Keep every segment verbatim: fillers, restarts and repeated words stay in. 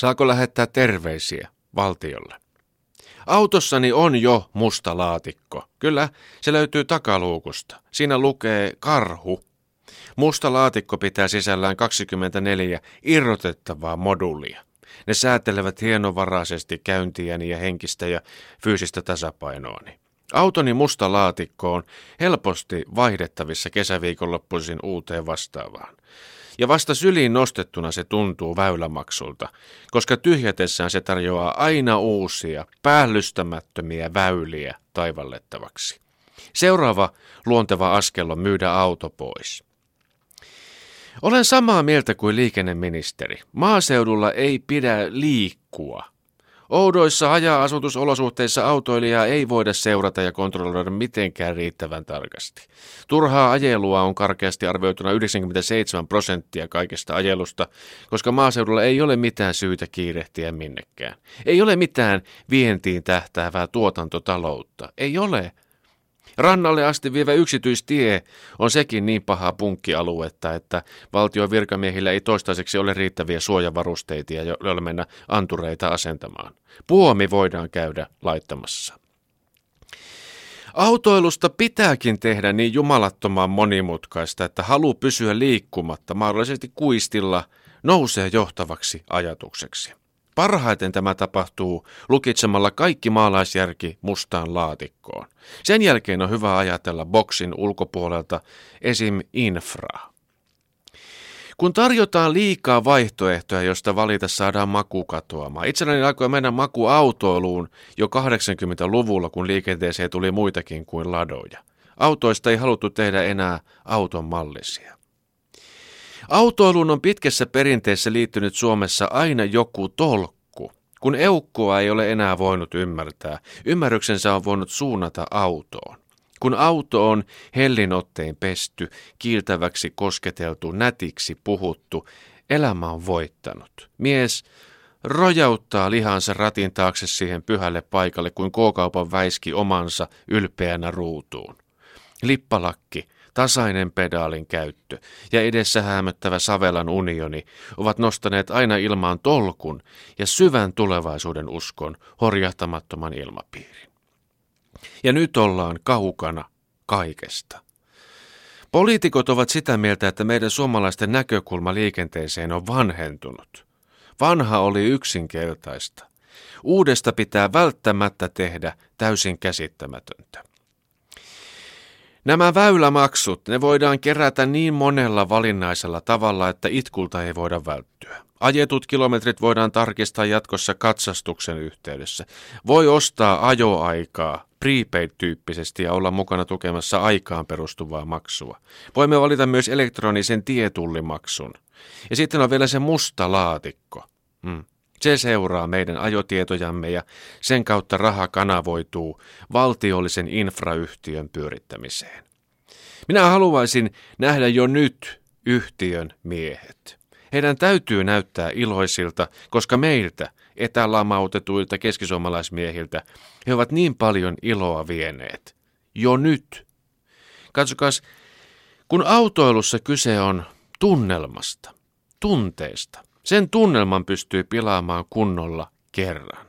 Saako lähettää terveisiä valtiolle? Autossani on jo musta laatikko. Kyllä, se löytyy takaluukusta. Siinä lukee karhu. Musta laatikko pitää sisällään kaksikymmentäneljä irrotettavaa moduulia. Ne säätelevät hienovaraisesti käyntiäni ja henkistä ja fyysistä tasapainoani. Autoni musta laatikko on helposti vaihdettavissa kesäviikonloppuisin uuteen vastaavaan. Ja vasta syliin nostettuna se tuntuu väylämaksulta, koska tyhjätessään se tarjoaa aina uusia, päällystämättömiä väyliä taivallettavaksi. Seuraava luonteva askel on myydä auto pois. Olen samaa mieltä kuin liikenneministeri. Maaseudulla ei pidä liikkua. Oudoissa haja-asutusolosuhteissa autoilijaa ei voida seurata ja kontrolloida mitenkään riittävän tarkasti. Turhaa ajelua on karkeasti arvioituna yhdeksänkymmentäseitsemän prosenttia kaikesta ajelusta, koska maaseudulla ei ole mitään syytä kiirehtiä minnekään. Ei ole mitään vientiin tähtäävää tuotantotaloutta. Ei ole. Rannalle asti vievä yksityistie on sekin niin pahaa punkkialuetta, että valtion virkamiehillä ei toistaiseksi ole riittäviä suojavarusteita, joilla mennä antureita asentamaan. Puomi voidaan käydä laittamassa. Autoilusta pitääkin tehdä niin jumalattoman monimutkaista, että halu pysyä liikkumatta, mahdollisesti kuistilla, nousee johtavaksi ajatukseksi. Parhaiten tämä tapahtuu lukitsemalla kaikki maalaisjärki mustaan laatikkoon. Sen jälkeen on hyvä ajatella boksin ulkopuolelta esim. Infraa. Kun tarjotaan liikaa vaihtoehtoja, josta valita saadaan maku katoamaan. Itselläni alkoi mennä maku autoiluun jo kahdeksankymmentäluvulla, kun liikenteeseen tuli muitakin kuin ladoja. Autoista ei haluttu tehdä enää auton mallisia. Autoiluun on pitkässä perinteessä liittynyt Suomessa aina joku tolkku. Kun eukkoa ei ole enää voinut ymmärtää, ymmärryksensä on voinut suunnata autoon. Kun auto on hellinottein pesty, kiiltäväksi kosketeltu, nätiksi puhuttu, elämä on voittanut. Mies rojauttaa lihansa ratin taakse siihen pyhälle paikalle, kuin K-kaupan väiski omansa ylpeänä ruutuun. Lippalakki, tasainen pedaalin käyttö ja edessä häämöttävä Savelan unioni ovat nostaneet aina ilmaan tolkun ja syvän tulevaisuuden uskon horjahtamattoman ilmapiirin. Ja nyt ollaan kaukana kaikesta. Poliitikot ovat sitä mieltä, että meidän suomalaisten näkökulma liikenteeseen on vanhentunut. Vanha oli yksinkertaista. Uudesta pitää välttämättä tehdä täysin käsittämätöntä. Nämä väylämaksut, ne voidaan kerätä niin monella valinnaisella tavalla, että itkulta ei voida välttyä. Ajetut kilometrit voidaan tarkistaa jatkossa katsastuksen yhteydessä. Voi ostaa ajoaikaa prepaid-tyyppisesti ja olla mukana tukemassa aikaan perustuvaa maksua. Voimme valita myös elektronisen tietullimaksun. Ja sitten on vielä se musta laatikko. Hmm. Se seuraa meidän ajotietojamme ja sen kautta raha kanavoituu valtiollisen infrayhtiön pyörittämiseen. Minä haluaisin nähdä jo nyt yhtiön miehet. Heidän täytyy näyttää iloisilta, koska meiltä, etälamautetuilta keskisuomalaismiehiltä, he ovat niin paljon iloa vieneet. Jo nyt. Katsokaas, kun autoilussa kyse on tunnelmasta, tunteesta, sen tunnelman pystyy pilaamaan kunnolla kerran.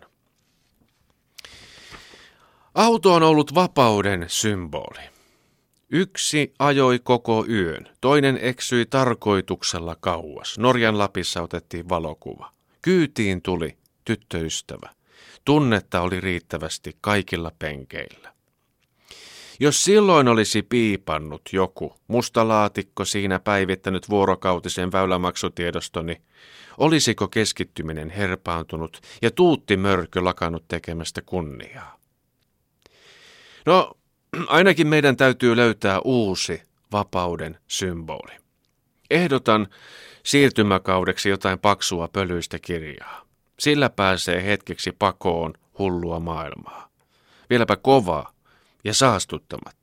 Auto on ollut vapauden symboli. Yksi ajoi koko yön, toinen eksyi tarkoituksella kauas. Norjan Lapissa otettiin valokuva. Kyytiin tuli tyttöystävä. Tunnetta oli riittävästi kaikilla penkeillä. Jos silloin olisi piipannut joku musta laatikko siinä päivittänyt vuorokautisen väylämaksutiedostoni, olisiko keskittyminen herpaantunut ja tuutti mörkö lakannut tekemästä kunniaa? No, ainakin meidän täytyy löytää uusi vapauden symboli. Ehdotan siirtymäkaudeksi jotain paksua pölyistä kirjaa. Sillä pääsee hetkeksi pakoon hullua maailmaa. Vieläpä kovaa ja saastuttamatta.